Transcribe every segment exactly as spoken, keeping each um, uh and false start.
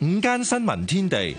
午間新聞天地，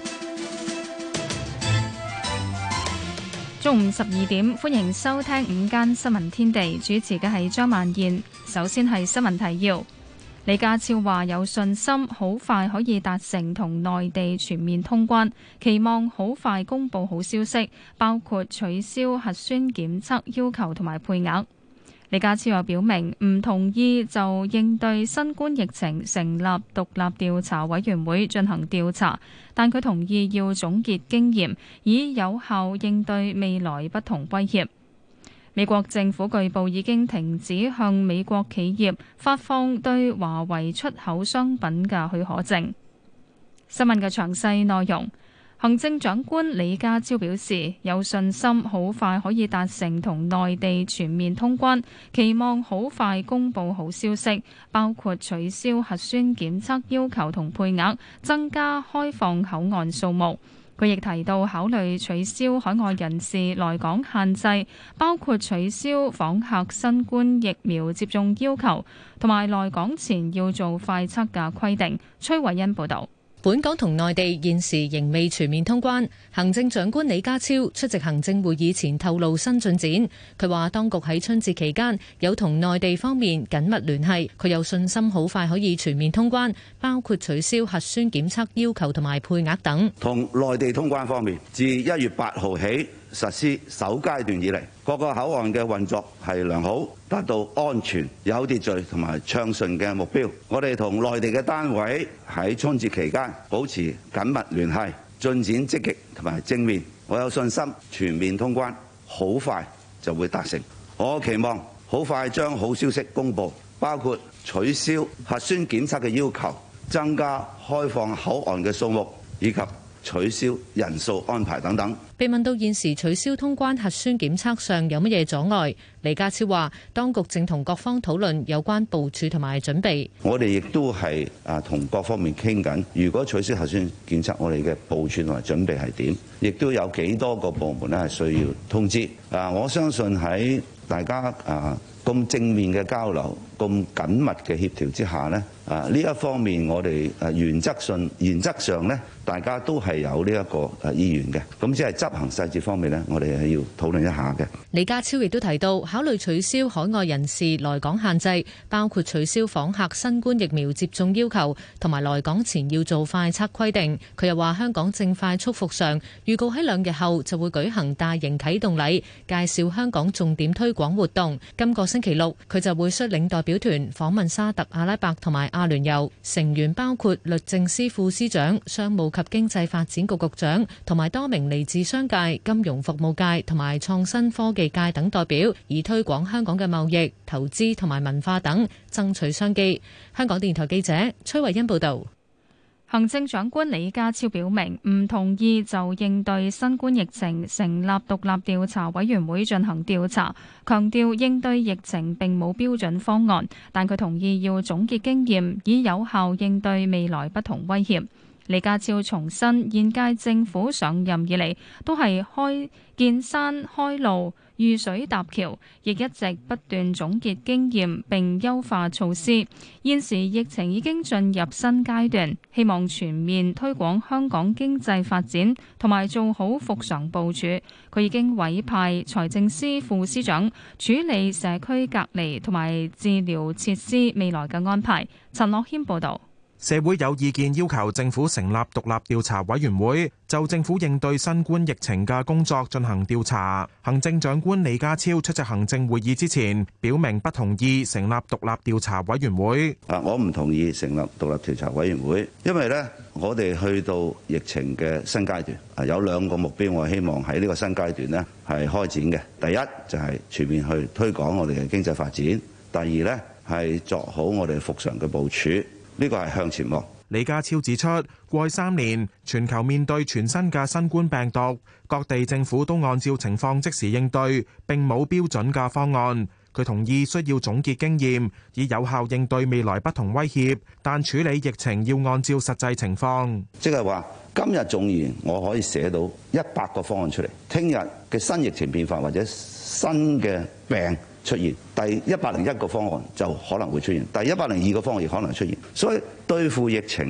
中午十二點，歡迎收聽午間新聞天地，主持嘅係張曼燕。首先係新聞提要。李家超話有信心好快可以達成同內地全面通關，期望好快公佈好消息，包括取消核酸檢測要求同埋配額。李家超又表明唔同意就應對新冠疫情成立獨立調查委員會進行調查，但佢同意要總結經驗，以有效應對未來不同威脅。美國政府據報已經停止向美國企業發放對華為出口商品嘅許可證。新聞嘅詳細內容，行政長官李家超表示有信心好快可以達成同內地全面通關，期望好快公佈好消息，包括取消核酸檢測要求同配額，增加開放口岸數目。佢亦提到考慮取消海外人士來港限制，包括取消訪客新冠疫苗接種要求，同埋來港前要做快測嘅規定。崔慧欣報導。 本港同內地現時仍未全面通關，行政長官李家超出席行政會議前透露新進展。佢話當局喺春節期間有同內地方面緊密聯繫，佢有信心好快可以全面通關，包括取消核酸檢測要求同埋配額等。 同內地通關方面，自一月八號起實施首階段以嚟，各個口岸嘅運作係良好，達到安全、有秩序同埋暢順嘅目標。我哋同內地嘅單位喺春節期間保持緊密聯繫，進展積極同埋正面。我有信心全面通關好快就會達成。我期望好快將好消息公佈，包括取消核酸檢測嘅要求，增加開放口岸嘅數目，以及取消人數安排等等。 被問到現時取消通關核酸檢測上有乜嘢阻礙，李家超話當局正同各方討論有關部署同埋準備。 我哋亦都係啊同各方面傾緊，如果取消核酸檢測，我哋嘅部署同埋準備係點？亦都有幾多個部門咧係需要通知。啊，我相信喺大家啊咁正面嘅交流、咁緊密嘅協調之下呢，啊呢一方面我哋誒原則上原則上呢，大家都係有呢一個誒意願嘅。咁只係執行細節方面呢，我哋係要討論一下嘅。 李家超亦都提到考慮取消海外人士來港限制，包括取消訪客新冠疫苗接種要求，同埋來港前要做快測規定。佢又話香港正快速復常，預告喺兩日後就會舉行大型啟動禮，介紹香港重點推廣活動。今個星期六，佢就會率領代表團訪問沙特阿拉伯同埋阿聯酋，成員包括律政司副司長、商務及經濟發展局局長，同埋多名嚟自商界、金融服務界同埋創新科技界等代表，以推廣香港嘅貿易、投資同埋文化等，爭取商機。香港電台記者崔慧欣報道。 行政長官李家超表明唔同意就應對新冠疫情成立獨立調查委員會進行調查，強調應對疫情並冇標準方案，但佢同意要總結經驗，以有效應對未來不同威脅。李家超重申，現屆政府上任以嚟都係開見山開路、遇水搭橋，亦一直不斷總結經驗並優化措施。現時疫情已經進入新階段，希望全面推廣香港經濟發展，同埋做好復常部署。佢已經委派財政司副司長處理社區隔離同埋治療設施未來嘅安排。陳樂謙報導。 社會有意見要求政府成立獨立調查委員會，就政府應對新冠疫情嘅工作進行調查。行政長官李家超出席行政會議之前，表明不同意成立獨立調查委員會。 啊，我唔同意成立獨立調查委員會，因為呢，我哋去到疫情嘅新階段，啊有兩個目標，我希望喺呢個新階段呢係開展嘅。第一就係全面去推廣我哋嘅經濟發展，第二呢係作好我哋復常嘅部署。呢個係向前望。 李家超指出，過去三年全球面對全新嘅新冠病毒，各地政府都按照情況即時應對，並冇標準嘅方案。佢同意需要總結經驗，以有效應對未來不同威脅，但處理疫情要按照實際情況。 即係話，今日縱然我可以寫到一百個方案出嚟，聽日嘅新疫情變化或者新嘅病出現，第一百零一個方案就可能會出現，第一百零二個方案亦可能出現。所以對付疫情呢，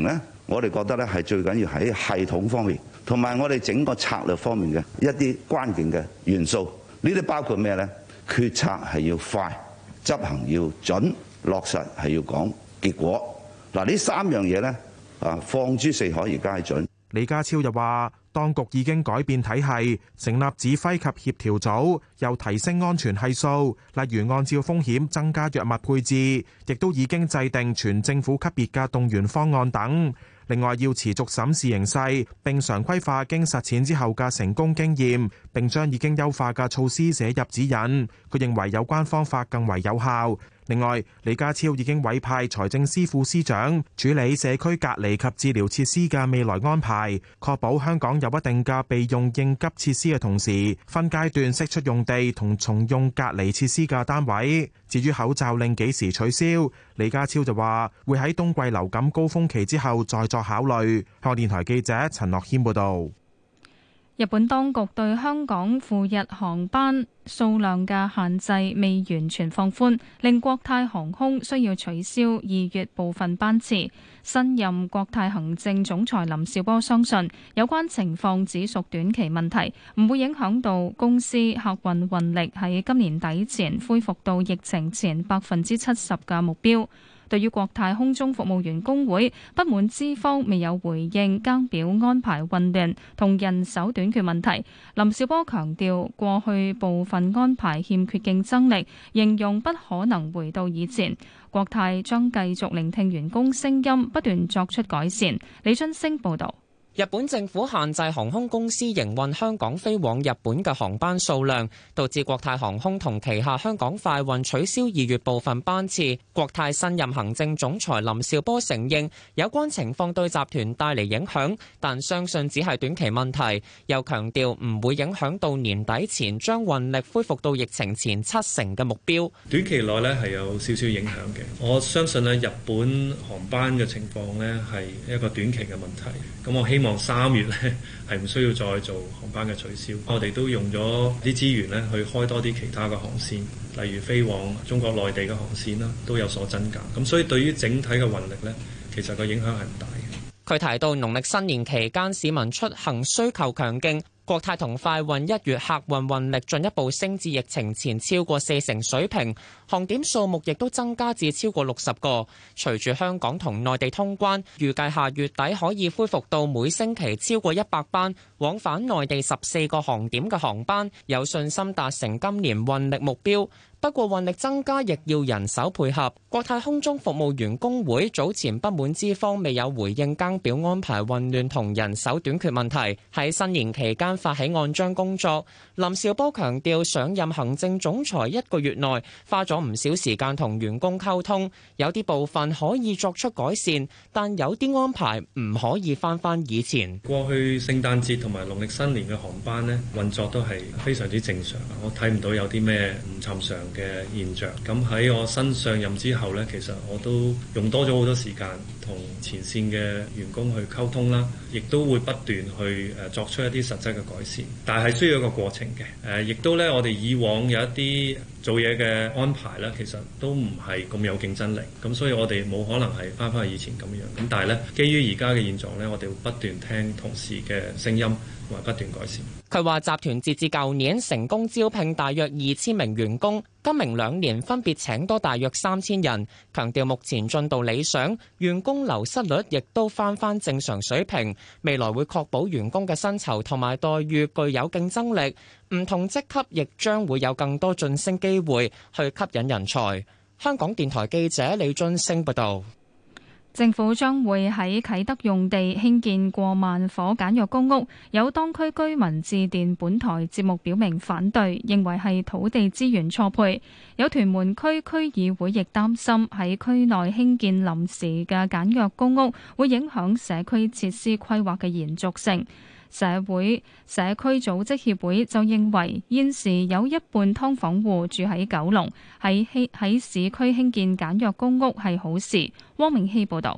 我哋覺得咧係最緊要喺系統方面，同埋我哋整個策略方面嘅一啲關鍵嘅元素。呢啲包括咩呢？決策係要快，執行要準，落實係要講結果。嗱，呢三樣嘢呢，啊，放諸四海而皆準。 李家超又話，當局已經改變體系，成立指揮及協調組，又提升安全係數，例如按照風險增加藥物配置，亦都已經制定全政府級別嘅動員方案等。另外，要持續審視形勢，並常規化經實踐之後嘅成功經驗，並將已經優化嘅措施寫入指引。佢認為有關方法更為有效。另外，李家超已經委派財政司副司長處理社區隔離及治療設施嘅未來安排，確保香港有一定嘅備用應急設施嘅同時，分階段釋出用地同重用隔離設施嘅單位。至於口罩令幾時取消，李家超就話會喺冬季流感高峰期之後再作考慮。香港電台記者陳樂謙報道。 日本當局對香港赴日航班數量嘅限制未完全放寬，令國泰航空需要取消二月部分班次。新任國泰行政總裁林紹波相信有關情況只屬短期問題，唔會影響到公司客運運力喺今年底前恢復到疫情前百分之七十嘅目標。對於國泰空中服務員工會不滿資方未有回應更表安排混亂同人手短缺問題，林紹波強調過去部分安排欠缺競爭力，形容不可能回到以前。國泰將繼續聆聽員工聲音，不斷作出改善。李津升報導。 日本政府限制航空公司營運香港飛往日本嘅航班數量，導致國泰航空同旗下香港快運取消二月部分班次。國泰新任行政總裁林紹波承認有關情況對集團帶嚟影響，但相信只係短期問題，又強調唔會影響到年底前將運力恢復到疫情前七成嘅目標。 短期內咧係有少少影響嘅，我相信咧日本航班嘅情況咧係一個短期嘅問題。咁我希望三月咧係唔需要再做航班嘅取消，我哋都用咗啲資源咧去開多啲其他嘅航線，例如飛往中國內地嘅航線啦，都有所增加。咁所以對於整體嘅運力咧，其實個影響係唔大嘅。 佢提到農曆新年期間市民出行需求強勁，國泰同快運一月客運運力進一步升至疫情前超過四成水平，航點數目亦都增加至超過六十個。隨住香港同內地通關，預計下月底可以恢復到每星期超過一百班往返內地十四個航點嘅航班，有信心達成今年運力目標。不過運力增加亦要人手配合。國泰空中服務員工會早前不滿資方未有回應更表安排混亂同人手短缺問題，喺新年期間發起按章工作。林紹波強調上任行政總裁一個月內花咗唔少時間同員工溝通，有啲部分可以作出改善，但有啲安排唔可以返返以前。 過去聖誕節同埋農曆新年嘅航班呢，運作都係非常之正常，我睇唔到有啲咩唔尋常嘅現象。咁喺我新上任之後呢，其實我都用多咗好多時間同前線嘅員工去溝通啦，亦都會不斷去誒作出一啲實質嘅改善，但係需要一個過程嘅。誒，亦都咧，我哋以往有一啲做嘢嘅安排咧，其實都唔係咁有競爭力，咁所以我哋冇可能係翻返去以前咁樣。咁但係咧，基於而家嘅現狀咧，我哋會不斷聽同事嘅聲音，同埋不斷改善。 佢話集團截至舊年成功招聘大約二千名員工，今明兩年分別請多大約三千人。強調目前進度理想，員工流失率亦都翻返正常水平。未來會確保員工嘅薪酬同埋待遇具有競爭力，唔同職級亦將會有更多晉升機會去吸引人才。香港電台記者李津升報道。 政府將會喺啟德用地興建過萬伙簡約公屋，有當區居民致電本台節目表明反對，認為係土地資源錯配。有屯門區區議會亦擔心喺區內興建臨時嘅簡約公屋會影響社區設施規劃嘅延續性。社會社區組織協會就認為現時有一半劏房戶住喺九龍，喺喺市區興建簡約公屋係好事。汪明希報導。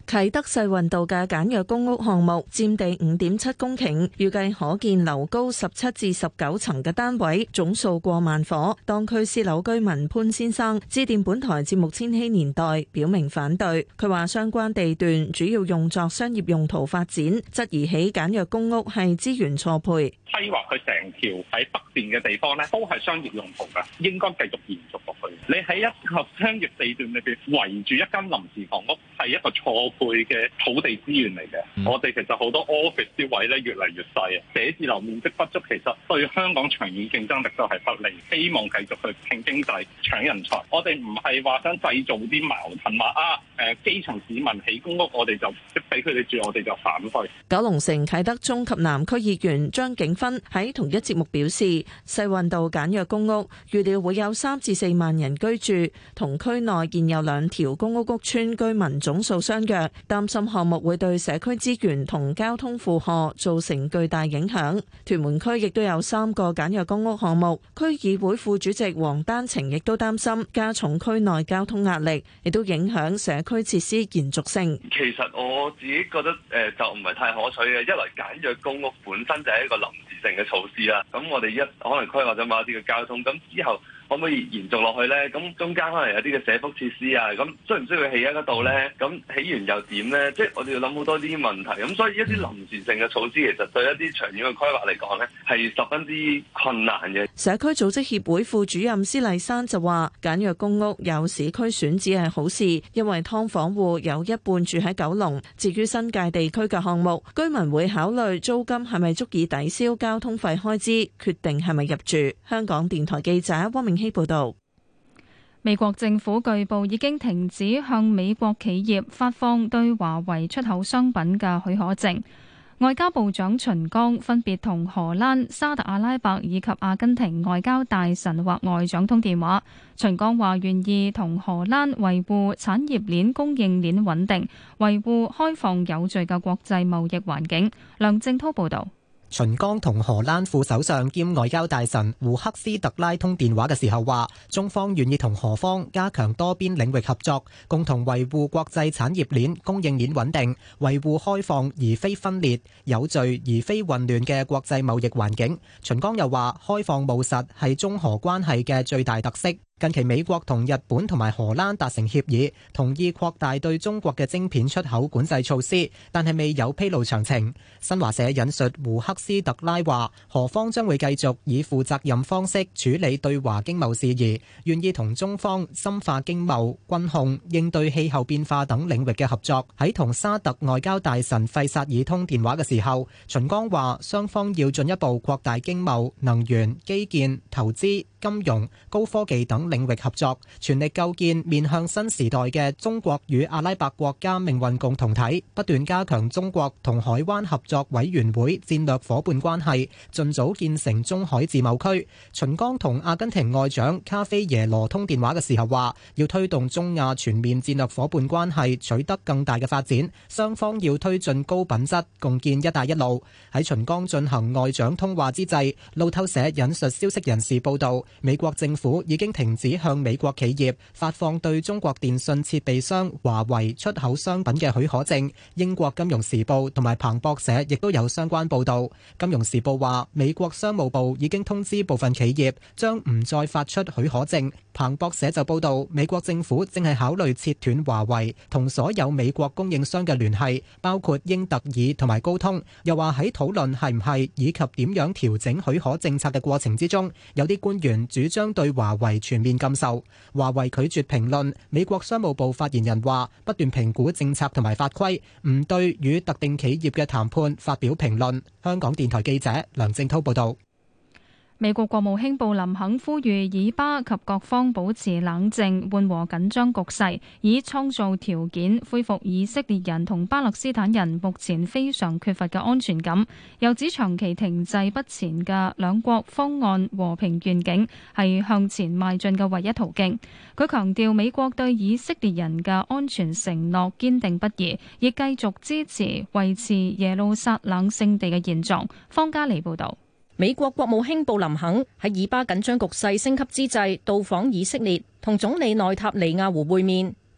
啟德世運道嘅簡約公屋項目佔地五點七公頃，預計可建樓高十七至十九層嘅單位，總數過萬伙。當區私樓居民潘先生致電本台節目《千禧年代》，表明反對。佢話相關地段主要用作商業用途發展，質疑起簡約公屋係資源錯配。 規劃佢成條喺北邊嘅地方咧，都係商業用途㗎，應該繼續延續落去。你喺一個商業地段裏邊圍住一間臨時房屋，係一個錯配嘅土地資源嚟嘅。嗯、我哋其實好多 office 啲位咧越嚟越細啊，寫字樓面積不足，其實對香港長遠競爭力都係不利。希望繼續去拼經濟、搶人才。我哋唔係話想製造啲矛盾，話啊誒基層市民起公屋，我哋就即俾佢哋住，我哋就反對。 九龍城啟德中及南區議員張景芬喺同一節目表示，世運道簡約公屋預料會有三至四萬人居住，同區內現有兩條公屋屋邨居民總數相若，擔心項目會對社區資源同交通負荷造成巨大影響。屯門區亦都有三個簡約公屋項目，區議會副主席黃丹晴亦都擔心加重區內交通壓力，亦都影響社區設施延續性。 其實我自己覺得誒、呃、就唔係太可取嘅，一來簡約公屋本身就係一個臨時性嘅措施啦，咁我哋一可能規劃咗某一啲嘅交通，咁之後可唔可以延續落去呢？咁中間可能有啲嘅社福設施啊，咁需唔需要起喺嗰度呢？咁起完又點呢？即係我哋要諗好多啲問題。咁所以一啲臨時性嘅措施，其實對一啲長遠嘅規劃嚟講呢，係十分之困難嘅。 社區組織協會副主任施麗珊就話：簡約公屋有市區選址係好事，因為劏房戶有一半住喺九龍。至於新界地區嘅項目，居民會考慮租金係咪足以抵消交通費開支，決定係咪入住。香港電台記者汪明希報道。 美國政府據報已經停止向美國企業發放對華為出口商品嘅許可證。外交部長秦剛分別同荷蘭、沙特阿拉伯以及阿根廷外交大臣或外長通電話。秦剛話願意同荷蘭維護產業鏈供應鏈穩定，維護開放有序嘅國際貿易環境。梁正滔報導。 秦剛同荷蘭副首相兼外交大臣胡克斯特拉通電話嘅時候話，中方願意同荷方加強多邊領域合作，共同維護國際產業鏈供應鏈穩定，維護開放而非分裂、有序而非混亂嘅國際貿易環境。秦剛又話，開放務實係中荷關係嘅最大特色。近期美國同日本同埋荷蘭達成協議，同意擴大對中國嘅晶片出口管制措施，但係未有披露詳情。新華社引述胡克斯特拉話，荷方將會繼續以負責任方式處理對華經貿事宜，願意同中方深化經貿、軍控、應對氣候變化等領域嘅合作。喺同沙特外交大臣費薩爾通電話嘅時候，秦剛話雙方要進一步擴大經貿、能源、基建、投資、金融、高科技等領域合作，全力構建面向新時代嘅中國與阿拉伯國家命運共同體，不斷加強中國同海灣合作委員會戰略夥伴關係，盡早建成中海自貿區。秦剛同阿根廷外長卡菲耶羅通電話嘅時候話，要推動中亞全面戰略夥伴關係取得更大嘅發展，雙方要推進高品質共建一帶一路。喺秦剛進行外長通話之際，路透社引述消息人士報道，美國政府已經停止向美國企業發放對中國電信設備商華為出口商品嘅許可證。英國金融時報同埋彭博社亦都有相關報導。金融時報話，美國商務部已經通知部分企業將唔再發出許可證。彭博社就報導，美國政府正係考慮切斷華為同所有美國供應商嘅聯繫，包括英特爾同埋高通。又話喺討論係唔係以及點樣調整許可政策嘅過程之中，有啲官員主張對華為全面禁售。華為拒絕評論。美國商務部發言人話，不斷評估政策同埋法規，唔對與特定企業嘅談判發表評論。香港電台記者梁正滔報導。 美國國務卿布林肯呼籲以巴及各方保持冷靜，緩和緊張局勢，以創造條件恢復以色列人同巴勒斯坦人目前非常缺乏嘅安全感。又指長期停滯不前嘅兩國方案和平願景係向前邁進嘅唯一途徑。佢強調美國對以色列人嘅安全承諾堅定不移，亦繼續支持維持耶路撒冷聖地嘅現狀。方嘉莉報導。 美國國務卿布林肯喺以巴緊張局勢升級之際到訪以色列，同總理內塔尼亞胡會面。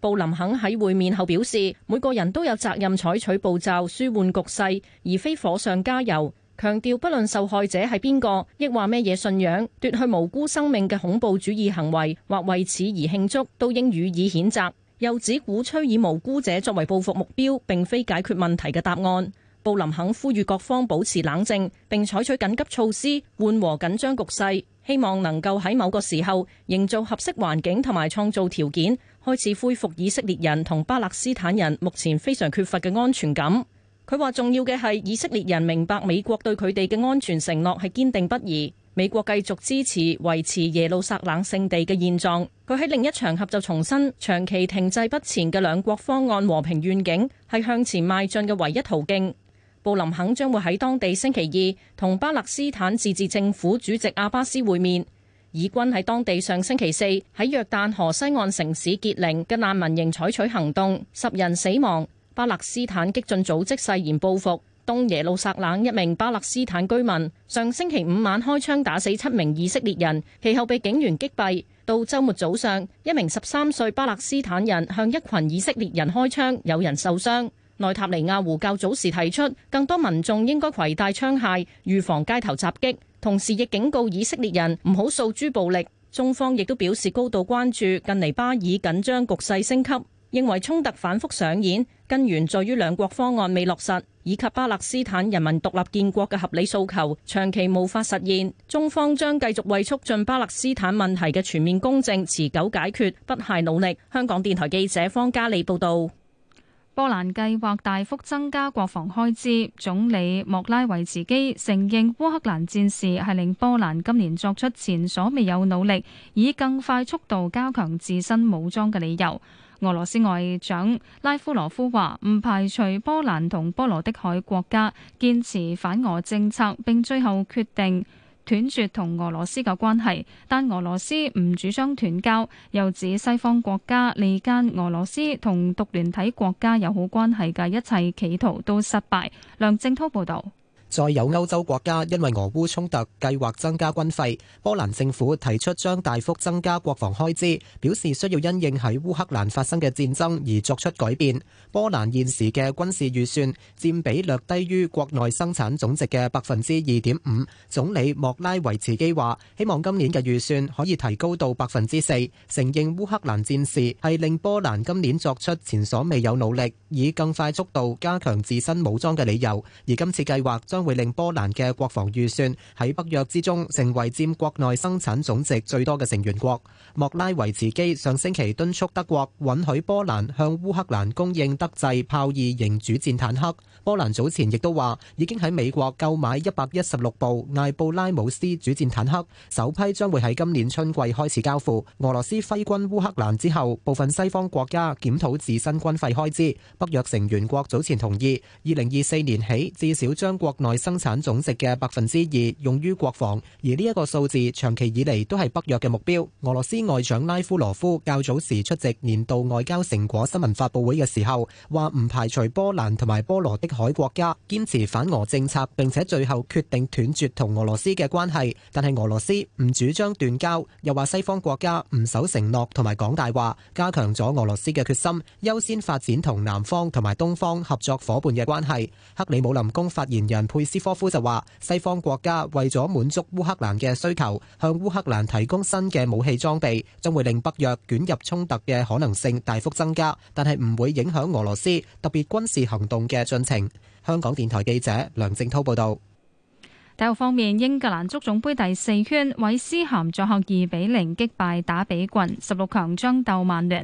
布林肯喺會面後表示，每個人都有責任採取步驟舒緩局勢，而非火上加油。強調不論受害者係邊個，抑或咩嘢信仰，奪去無辜生命嘅恐怖主義行為，或為此而慶祝，都應予以譴責。又指鼓吹以無辜者作為報復目標，並非解決問題嘅答案。布林肯呼籲各方保持冷靜，並採取緊急措施緩和緊張局勢，希望能夠喺某個時候營造合適環境同埋創造條件，開始恢復以色列人同巴勒斯坦人目前非常缺乏嘅安全感。佢話重要嘅係以色列人明白美國對佢哋嘅安全承諾係堅定不移，美國繼續支持維持耶路撒冷聖地嘅現狀。佢喺另一場合就重申，長期停滯不前嘅兩國方案和平願景係向前邁進嘅唯一途徑。布林肯將會喺當地星期二同巴勒斯坦自治政府主席阿巴斯會面。以軍喺當地上星期四喺約旦河西岸城市傑寧嘅難民營採取行動，十人死亡。巴勒斯坦激進組織誓言報復。東耶路撒冷一名巴勒斯坦居民上星期五晚開槍打死七名以色列人，其後被警員擊斃。到週末早上，一名十三歲巴勒斯坦人向一群以色列人開槍，有人受傷。內塔尼亞胡較早時提出，更多民眾應該攜帶槍械，預防街頭襲擊，同時亦警告以色列人唔好訴諸暴力。中方亦都表示高度關注近尼巴爾緊張局勢升級，認為衝突反覆上演根源在於兩國方案未落實，以及巴勒斯坦人民獨立建國嘅合理訴求長期無法實現。中方將繼續為促進巴勒斯坦問題嘅全面公正持久解決不懈努力。香港電台記者方嘉利報道。 波蘭計劃大幅增加國防開支，總理莫拉維茨基承認烏克蘭戰事係令波蘭今年作出前所未有努力，以更快速度加強自身武裝嘅理由。俄羅斯外長拉夫羅夫話唔排除波蘭同波羅的海國家堅持反俄政策，並最後決定斷絕同俄羅斯嘅關係，但俄羅斯唔主張斷交，又指西方國家離間俄羅斯同獨聯體國家友好關係嘅一切企圖都失敗。梁正滔報導。 再有歐洲國家因為俄烏衝突計劃增加軍費，波蘭政府提出將大幅增加國防開支，表示需要因應喺烏克蘭發生嘅戰爭而作出改變。波蘭現時嘅軍事預算佔比略低於國內生產總值嘅百分之二點五。總理莫拉維茨基話：希望今年嘅預算可以提高到百分之四，承認烏克蘭戰事係令波蘭今年作出前所未有努力，以更快速度加強自身武裝嘅理由。而今次計劃將會令波蘭嘅國防預算喺北約之中成為佔國內生產總值最多嘅成員國。莫拉維茨基上星期敦促德國允許波蘭向烏克蘭供應德製豹二型主戰坦克。波蘭早前亦都話已經喺美國購買一百一十六部艾布拉姆斯主戰坦克，首批將會喺今年春季開始交付。俄羅斯揮軍烏克蘭之後，部分西方國家檢討自身軍費開支。北約成員國早前同意，二零二四年起至少將國內生產總值嘅百分之二用於國防，而呢一個數字長期以嚟都係北約嘅目標。俄羅斯外長拉夫羅夫較早時出席年度外交成果新聞發佈會嘅時候，話唔排除波蘭同埋波羅的海國家堅持反俄政策，並且最後決定斷絕同俄羅斯嘅關係，但係俄羅斯唔主張斷交，又話西方國家唔守承諾同埋講大話，加強咗俄羅斯嘅決心，優先發展同南方同埋東方合作夥伴嘅關係。克里姆林宮發言人佩斯科夫就話，西方國家為咗滿足烏克蘭嘅需求，向烏克蘭提供新嘅武器裝備，將會令北約捲入衝突嘅可能性大幅增加，但係唔會影響俄羅斯特別軍事行動嘅進程。香港電台記者梁正滔報導。 體育方面，英格蘭足總杯第四圈，韋斯咸作客二比零擊敗打比郡，十六強將鬥曼聯。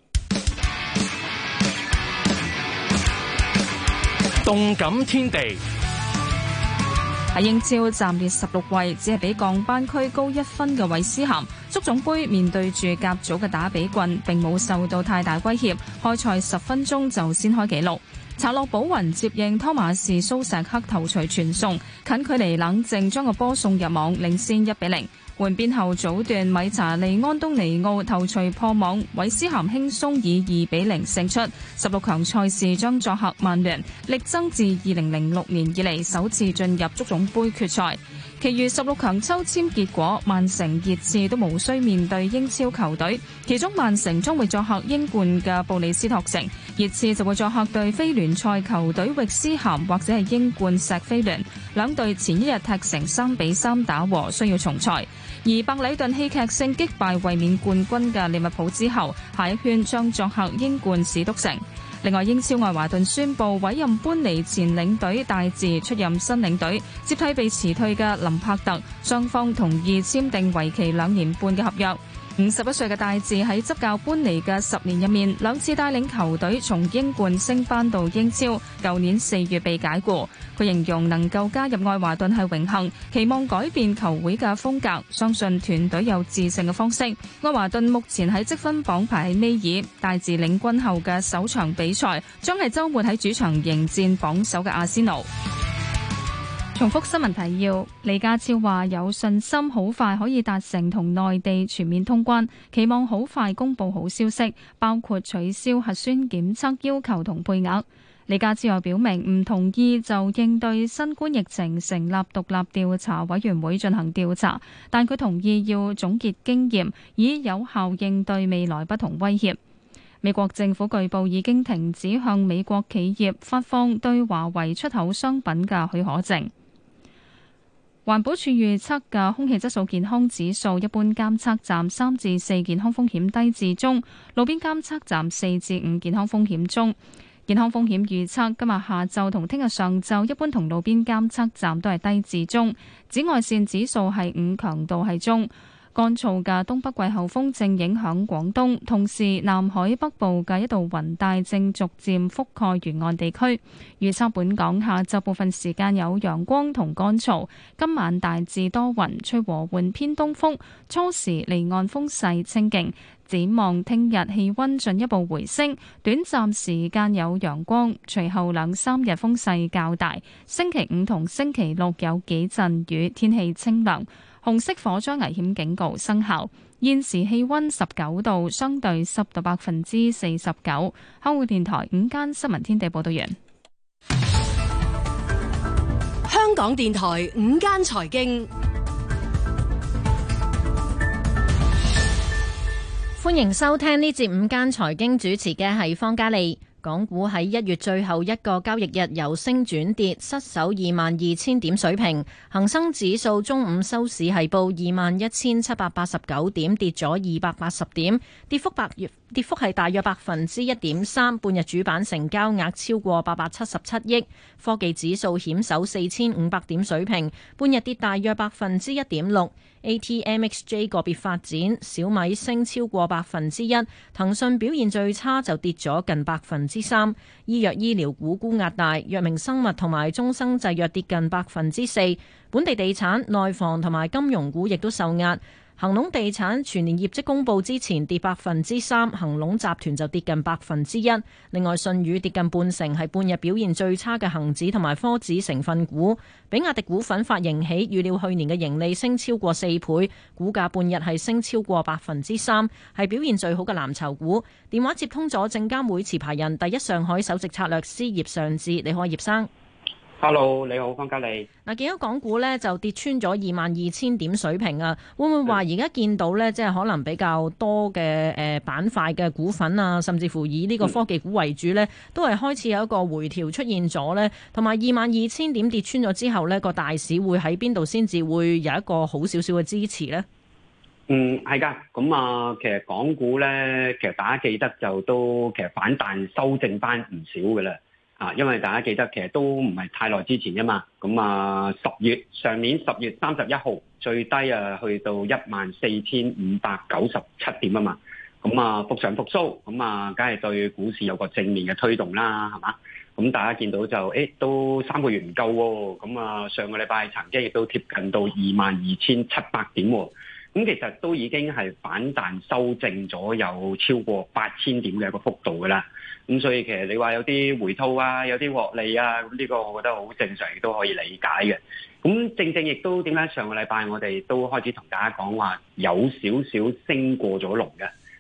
動感天地。 喺英超暫列十六位，只係比降班區高一分嘅韋斯咸，足總杯面對住甲組嘅打比郡，並冇受到太大威脅，開賽十分鐘就先開紀錄。查洛保雲接應湯馬士蘇石克頭槌傳送，近距離冷靜將個波送入網，領先一比零。換邊後早段米查利安東尼奧頭槌破網，韋斯咸輕鬆以二比零勝出。十六強賽事將作客曼聯，力爭自二零零六年以嚟首次進入足總杯決賽。 其餘十六強抽籤結果，曼城、熱刺都無需面對英超球隊，其中曼城將會作客英冠嘅布里斯托城，熱刺就會作客對非聯賽球隊域斯咸或者係英冠錫菲聯。兩隊前一日踢成三比三打和，需要重賽。而白禮頓戲劇性擊敗衛冕冠軍嘅利物浦之後，下一圈將作客英冠史篤城。另外，英超愛華頓宣布委任班尼前領隊戴治出任新領隊，接替被辭退嘅林柏特，雙方同意簽訂為期兩年半嘅合約。五十一歲嘅戴治喺執教班尼嘅十年入面，兩次帶領球隊從英冠升班到英超，舊年四月被解僱。佢形容能夠加入愛華頓係榮幸，期望改變球會嘅風格，相信團隊有自信嘅方式。愛華頓目前喺積分榜排喺尾二，戴治領軍後嘅首場比賽將係週末喺主場迎戰榜首嘅阿仙奴。重複新聞提要，李家超話有信心好快可以達成同內地全面通關，期望好快公佈好消息，包括取消核酸檢測要求同配額。李家超又表明唔同意就應對新冠疫情成立獨立調查委員會進行調查，但佢同意要總結經驗，以有效應對未來不同威脅。美國政府據報已經停止向美國企業發放對華為出口商品嘅許可證。環保署預測嘅空氣質素健康指數，一般監測站三至四健康風險低至中，路邊監測站四至五健康風險中。健康風險預測今日下晝同聽日上晝，一般同路邊監測站都係低至中。紫外線指數係五，強度係中。乾燥嘅東北季候風正影響廣東，同時南海北部嘅一道雲帶正逐漸覆蓋沿岸地區。預測本港下晝部分時間有陽光同乾燥，今晚大致多雲，吹和緩偏東風，初時離岸風勢清勁。展望聽日氣溫進一步回升，短暫時間有陽光，隨後兩三日風勢較大。星期五同星期六有幾陣雨，天氣清涼。紅色火災危險警告生效。現時氣溫十九度，相對濕度百分之四十九。香港電台午間新聞天地報道完。 香港電台午間財經， 歡迎收聽呢節午間財經，主持嘅係方嘉利。港股喺一月最後一個交易日由升轉跌，失守二萬二千點水平。恒生指數中午收市係報二萬一千七百八十九點，跌咗二百八十點，跌幅百月跌幅係大約百分之一點三。半日主板成交額超過八百七十七億。科技指數險守四千五百點水平，半日跌大約百分之一點六。A T M X J 個別發展，小米升超過百分之一，騰訊表現最差就跌咗近百分之三。醫藥醫療股沽壓大，藥明生物同埋中生製藥跌近百分之四。本地地產、內房同埋金融股亦都受壓。恒隆地產全年業績公佈之前跌百分之三，恒隆集團就跌近百分之一。另外，信宇跌近半成，係半日表現最差嘅恒指同埋科指成分股。比亞迪股份發盈喜，預料去年嘅盈利升超過四倍，股價半日係升超過百分之三，係表現最好嘅藍籌股。電話接通咗證監會持牌人第一上海首席策略師葉尚志，你好，葉生。 Hello， 你好，方嘉利。 嗱，見到港股咧就跌穿咗二萬二千點水平啊，會唔會話而家見到咧，即係可能比較多嘅誒板塊嘅股份啊，甚至乎以呢個科技股為主咧，都係開始有一個回調出現咗咧，同埋二萬二千點跌穿咗之後咧，個大市會喺邊度先至會有一個好少少嘅支持咧？ 嗯，係噶，咁啊，其實港股咧，其實大家記得就都其實反彈修正翻唔少嘅啦。啊，因為大家記得其實都唔係太耐之前啫嘛，咁啊十月上年十月三十一號最低啊去到一萬四千五百九十七點啊嘛，咁啊復常復甦，咁啊梗係對股市有個正面嘅推動啦，係嘛？咁大家見到就誒都三個月唔夠喎，咁啊上個禮拜曾經亦都貼近到二萬二千七百點喎，咁其實都已經係反彈修正咗有超過八千點嘅一個幅度㗎啦。咁所以其實你話有啲回吐啊，有啲獲利啊，咁呢個我覺得好正常，亦都可以理解嘅。咁正正亦都點解上個禮拜我哋都開始同大家講話有少少升過咗龍嘅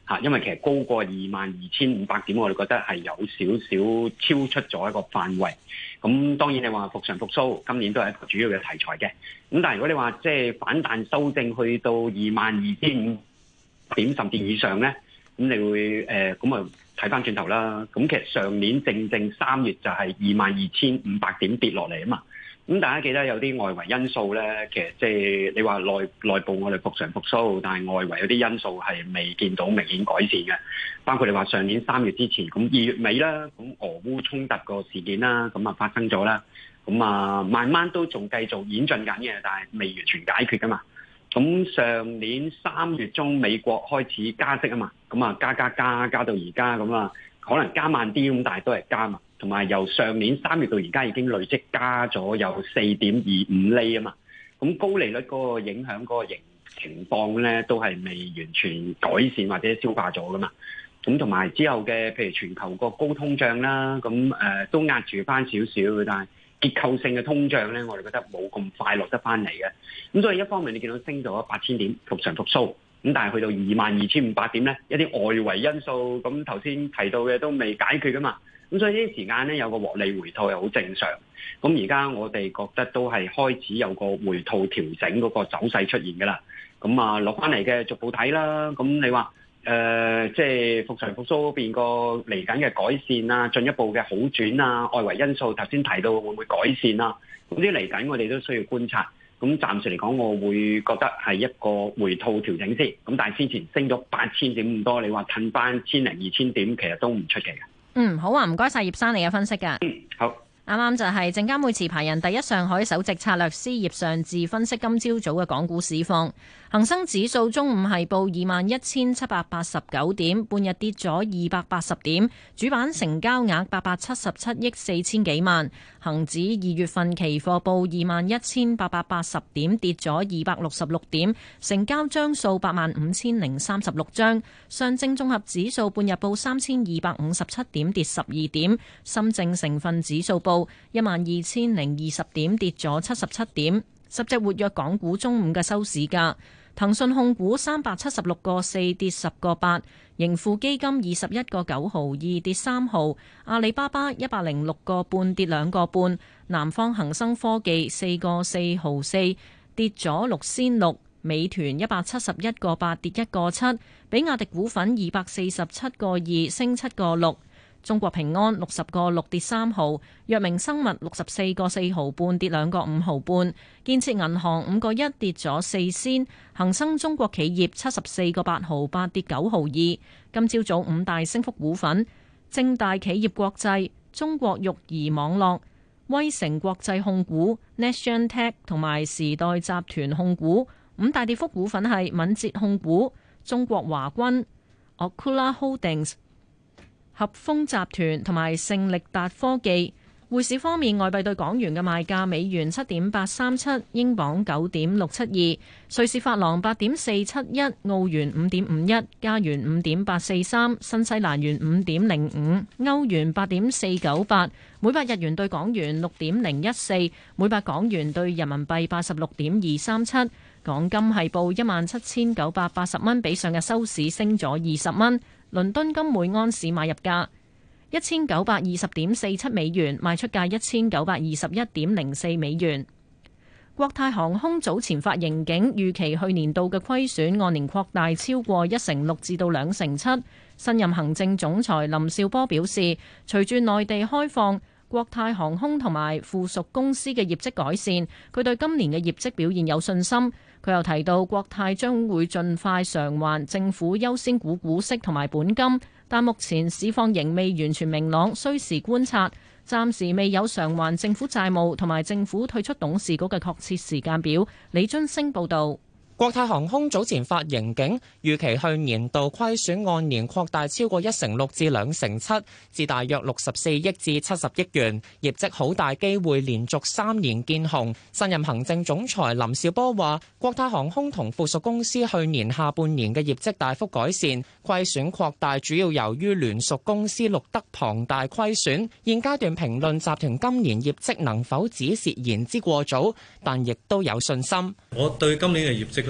嚇，因為其實高過二萬二千五百點，我哋覺得係有少少超出咗一個範圍。咁當然你話復常復甦，今年都係一個主要嘅題材嘅。咁但係如果你話即係反彈修正去到二萬二千五點甚至以上咧，咁你會誒咁啊睇翻轉頭啦。咁其實上年正正三月就係二萬二千五百點跌落嚟啊嘛。咁大家記得有啲外圍因素咧，其實即係你話內內部我哋復常復甦，但係外圍有啲因素係未見到明顯改善嘅，包括你話上年三月之前，咁二月尾啦，咁俄烏衝突個事件啦，咁啊發生咗啦，咁啊慢慢都仲繼續演進緊嘅，但係未完全解決噶嘛。咁上年三月中美國開始加息啊嘛，咁啊加加加加到而家咁啊，可能加慢啲咁，但係都係加嘛。同埋由上年三月到而家已經累積加咗有四點二五厘啊嘛，咁高利率嗰個影響嗰個情情況咧，都係未完全改善或者消化咗噶嘛。咁同埋之後嘅譬如全球個高通脹啦，咁誒、呃、都壓住翻少少嘅，但係結構性嘅通脹咧，我哋覺得冇咁快落得翻嚟嘅。咁所以一方面你見到升咗八千點復常復甦，咁但係去到二萬二千五百點咧，一啲外圍因素咁頭先提到嘅都未解決噶嘛。咁所以呢啲時間咧有個獲利回吐係好正常。咁而家我哋覺得都係開始有個回吐調整嗰個走勢出現㗎啦。咁啊落翻嚟嘅逐步睇啦。咁你話誒即係復常復甦嗰邊個嚟緊嘅改善啊，進一步嘅好轉啊，外圍因素頭先提到會唔會改善啊？咁啲嚟緊我哋都需要觀察。咁暫時嚟講，我會覺得係一個回吐調整先。咁但係先前升咗八千點咁多，你話褪翻千零二千點，其實都唔出奇嘅。 嗯，好啊，唔該晒葉生你嘅分析㗎。 嗯，好。 啱啱就係證監會持牌人第一上海首席策略師葉尚志分析今朝早嘅港股市況。恒生指數中午係報二萬一千七百八十九點，半日跌咗二百八十點，主板成交額八百七十七億四千幾萬。恒指二月份期貨報二萬一千八百八十點，跌咗二百六十六點，成交張數八萬五千零三十六張。上證綜合指數半日報三千二百五十七點，跌十二點。深證成分指數報一萬二千零二十點，跌咗七十七點。十隻活躍港股中午嘅收市價：騰訊控股三百七十六個四跌十個八，盈富基金二十一個九毫二跌三毫，阿里巴巴一百零六個半跌兩個半，南方恒生科技四個四毫四跌咗六仙六，美團一百七十一個八跌一個七，比亞迪股份二百四十七個二升七個六。中國平安六十個六跌三毫，藥明生物六十四個四毫半跌兩個五毫半，建設銀行五個一跌咗四仙，恒生中國企業七十四個八毫八跌九毫二。今朝早五大升幅股份：正大企業國際、中國育兒網絡、威誠國際控股、Nation Tech 同埋時代集團控股。五大跌幅股份係敏捷控股、中國華軍、Ocula Holdings、合豐集團同埋勝力達科技。匯市方面，外幣對港元嘅賣價：美元七點八三七，英鎊九點六七二，瑞士法郎八點四七一，澳元五點五一，加元五點八四三，新西蘭元五點零五，歐元八點四九八，每百日元對港元六點零一四，每百港元對人民幣八十六點二三七。港金係報一萬七千九百八十蚊，比上日收市升咗二十蚊。倫敦金每安士買入價一千九百二十點四七美元，賣出價一千九百二十一點零四美元。國泰航空早前發盈警，預期去年度嘅虧損按年擴大超過一成六至到兩成七。新任行政總裁林紹波表示，隨住內地開放，國泰航空同埋附屬公司嘅業績改善，佢對今年嘅業績表現有信心。佢又提到，國泰將會盡快償還政府優先股股息同埋本金，但目前市況仍未完全明朗，需時觀察。暫時未有償還政府債務同埋政府退出董事局嘅確切時間表。李津升報導。 國泰航空早前發盈警，預期去年度虧損按年擴大超過一成六至兩成七，至大約六十四億至七十億元，業績好大機會連續三年見紅。新任行政總裁林紹波話，國泰航空同附屬公司去年下半年嘅業績大幅改善，虧損擴大主要由於聯屬公司錄得龐大虧損。現階段評論集團今年業績能否止蝕言之過早，但亦都有信心。 我對今年嘅業績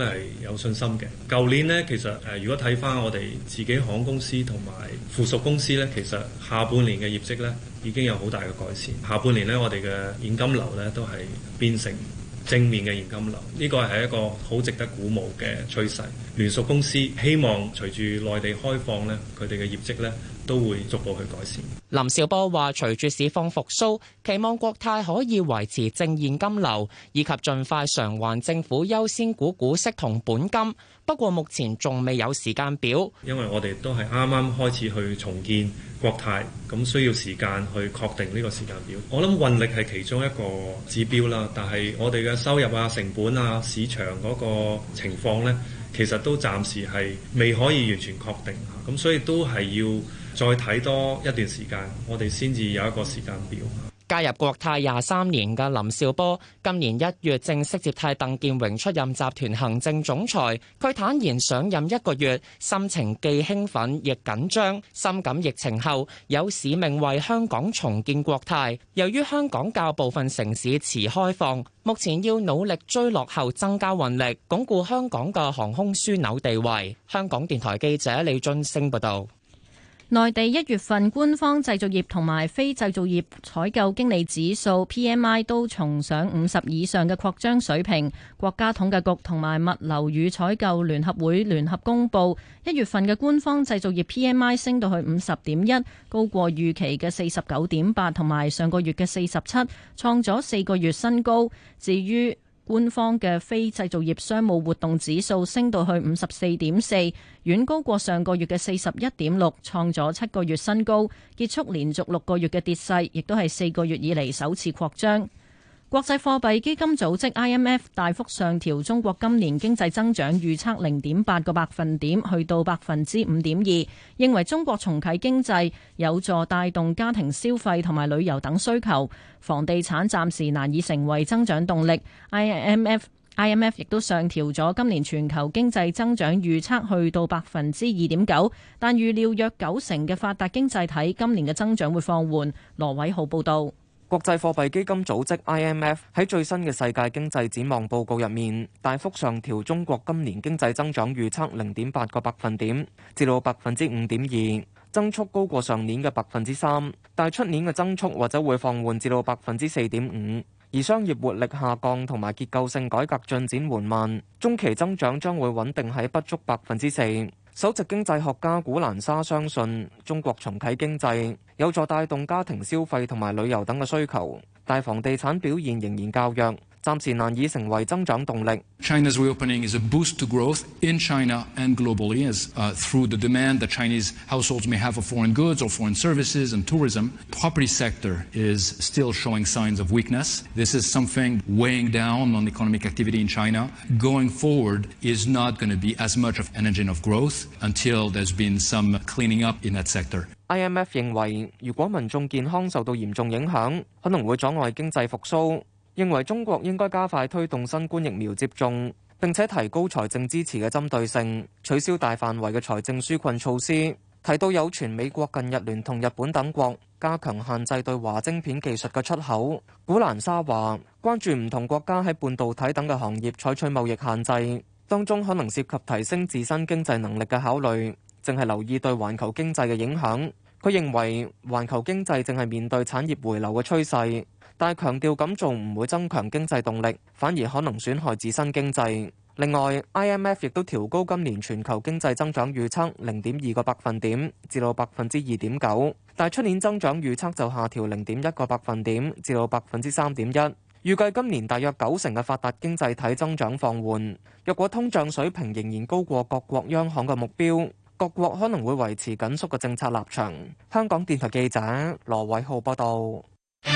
咧係有信心嘅。舊年呢，其實誒如果睇翻我哋自己航空公司同埋附屬公司咧，其實下半年嘅業績咧已經有好大嘅改善。下半年咧，我哋嘅現金流咧都係變成正面嘅現金流，呢個係一個好值得鼓舞嘅趨勢。聯屬公司希望隨住內地開放咧，佢哋嘅業績咧都會逐步去改善。 林紹波話：隨住市況復甦，期望國泰可以維持正現金流，以及盡快償還政府優先股股息同本金。不過目前仲未有時間表， 因為我哋都係啱啱開始去重建國泰，咁需要時間去確定呢個時間表。我諗運力係其中一個指標啦，但係我哋嘅收入啊、成本啊、市場嗰個情況呢，其實都暫時係未可以完全確定，咁所以都係要再睇多一段時間，我哋先至有一個時間表。 加入國泰廿三年嘅林紹波，今年一月正式接替鄧健榮出任集團行政總裁。佢坦言上任一個月，心情既興奮亦緊張，深感疫情後有使命為香港重建國泰。由於香港較部分城市遲開放，目前要努力追落後，增加運力，鞏固香港嘅航空樞紐地位。香港電台記者李俊升報道。 內地一月份官方製造業同埋非製造業採購經理指數 P M I 都重上五十以上嘅擴張水平。國家統計局同埋物流與採購聯合會聯合公佈，一月份嘅官方製造業 P M I 升到去五十點一，高過預期嘅四十九點八同埋上個月嘅四十七，創咗四個月新高。至於官方嘅非製造業商務活動指數升到去五十四點四，遠高過上個月嘅四十一點六，創咗七個月新高，結束連續六個月嘅跌勢，亦都係四個月以嚟首次擴張。國際貨幣基金組織 I M F 大幅上調中國今年經濟增長預測零點八個百分點，去到百分之五點二，認為中國重啟經濟有助帶動家庭消費同埋旅遊等需求，房地產暫時難以成為增長動力。I M F I M F 亦都上調咗今年全球經濟增長預測去到百分之二點九，但預料約九成嘅發達經濟體今年嘅增長會放緩。羅偉浩報導。 國際貨幣基金組織 I M F 喺最新嘅世界經濟展望報告入面，大幅上調中國今年經濟增長預測零點八個百分點，至到百分之五點二，增速高過上年嘅百分之三，但係出年嘅增速或者會放緩至到百分之四點五。而商業活力下降同埋結構性改革進展緩慢，中期增長將會穩定喺不足百分之四。首席經濟學家古蘭莎相信，中國重啟經濟有助帶動家庭消費同埋旅遊等嘅需求，但房地產表現仍然較弱，暫時難以成為增長動力。 China's reopening is a boost to growth in China and globally as uh, through the demand that Chinese households may have for foreign goods or foreign services and tourism. Property sector is still showing signs of weakness. This is something weighing down on economic activity in China. Going forward is not going to be as much of an engine of growth until there's been some cleaning up in that sector. I M F 認為，如果民眾健康受到嚴重影響，可能會阻礙經濟復甦。認為中國應該加快推動新冠疫苗接種，並且提高財政支持嘅針對性，取消大範圍嘅財政紓困措施。提到有傳美國近日聯同日本等國加強限制對華晶片技術嘅出口。古蘭莎話：關注唔同國家喺半導體等嘅行業採取貿易限制，當中可能涉及提升自身經濟能力嘅考慮，淨係留意對環球經濟嘅影響。佢認為環球經濟正係面對產業回流嘅趨勢。但係強調咁做唔會增強經濟動力，反而可能損害自身經濟。另外 I M F 亦都調高今年全球經濟增長預測零點二個百分點至到百分之二點九，但係出年增長預測就下調零點一個百分點至到百分之三點一。預計今年大約九成嘅發達經濟體增長放緩。若果通脹水平仍然高過各國央行嘅目標，各國可能會維持緊縮嘅政策立場。香港電台記者羅偉浩報道。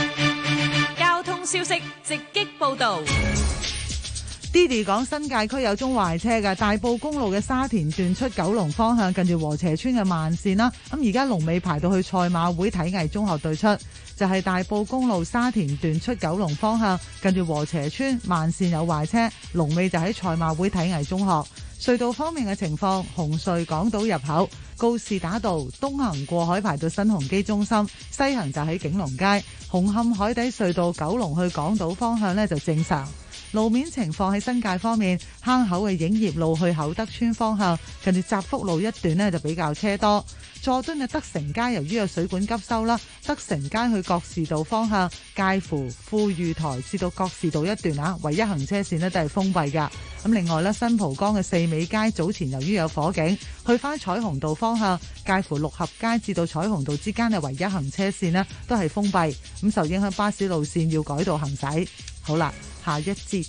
消息直擊報導。 Diddy 講新界區有宗壞車嘅大埔公路嘅沙田段出九龍方向，近住禾輋村嘅慢線啦。咁而家龍尾排到去賽馬會體藝中學對出，就係、是、大埔公路沙田段出九龍方向，近住禾輋村慢線有壞車，龍尾就喺賽馬會體藝中學。隧道方面嘅情況，紅隧港島入口告士打道東行過海排到新鴻基中心，西行就喺景隆街。紅磡海底隧道九龍去港島方向呢就正常。 路面情況喺新界方面，坑口嘅影業路去厚德村方向，近住澤福路一段呢就比較車多。佐敦嘅德成街由於有水管急修啦，德成街去覺士道方向，介乎富裕台至到覺士道一段啊，唯一行車線呢都係封閉㗎。咁另外呢，新蒲崗嘅四美街早前由於有火警，去返彩虹道方向，介乎六合街至到彩虹道之間嘅唯一行車線呢都係封閉。咁受影響巴士路線要改道行駛。好啦，下一節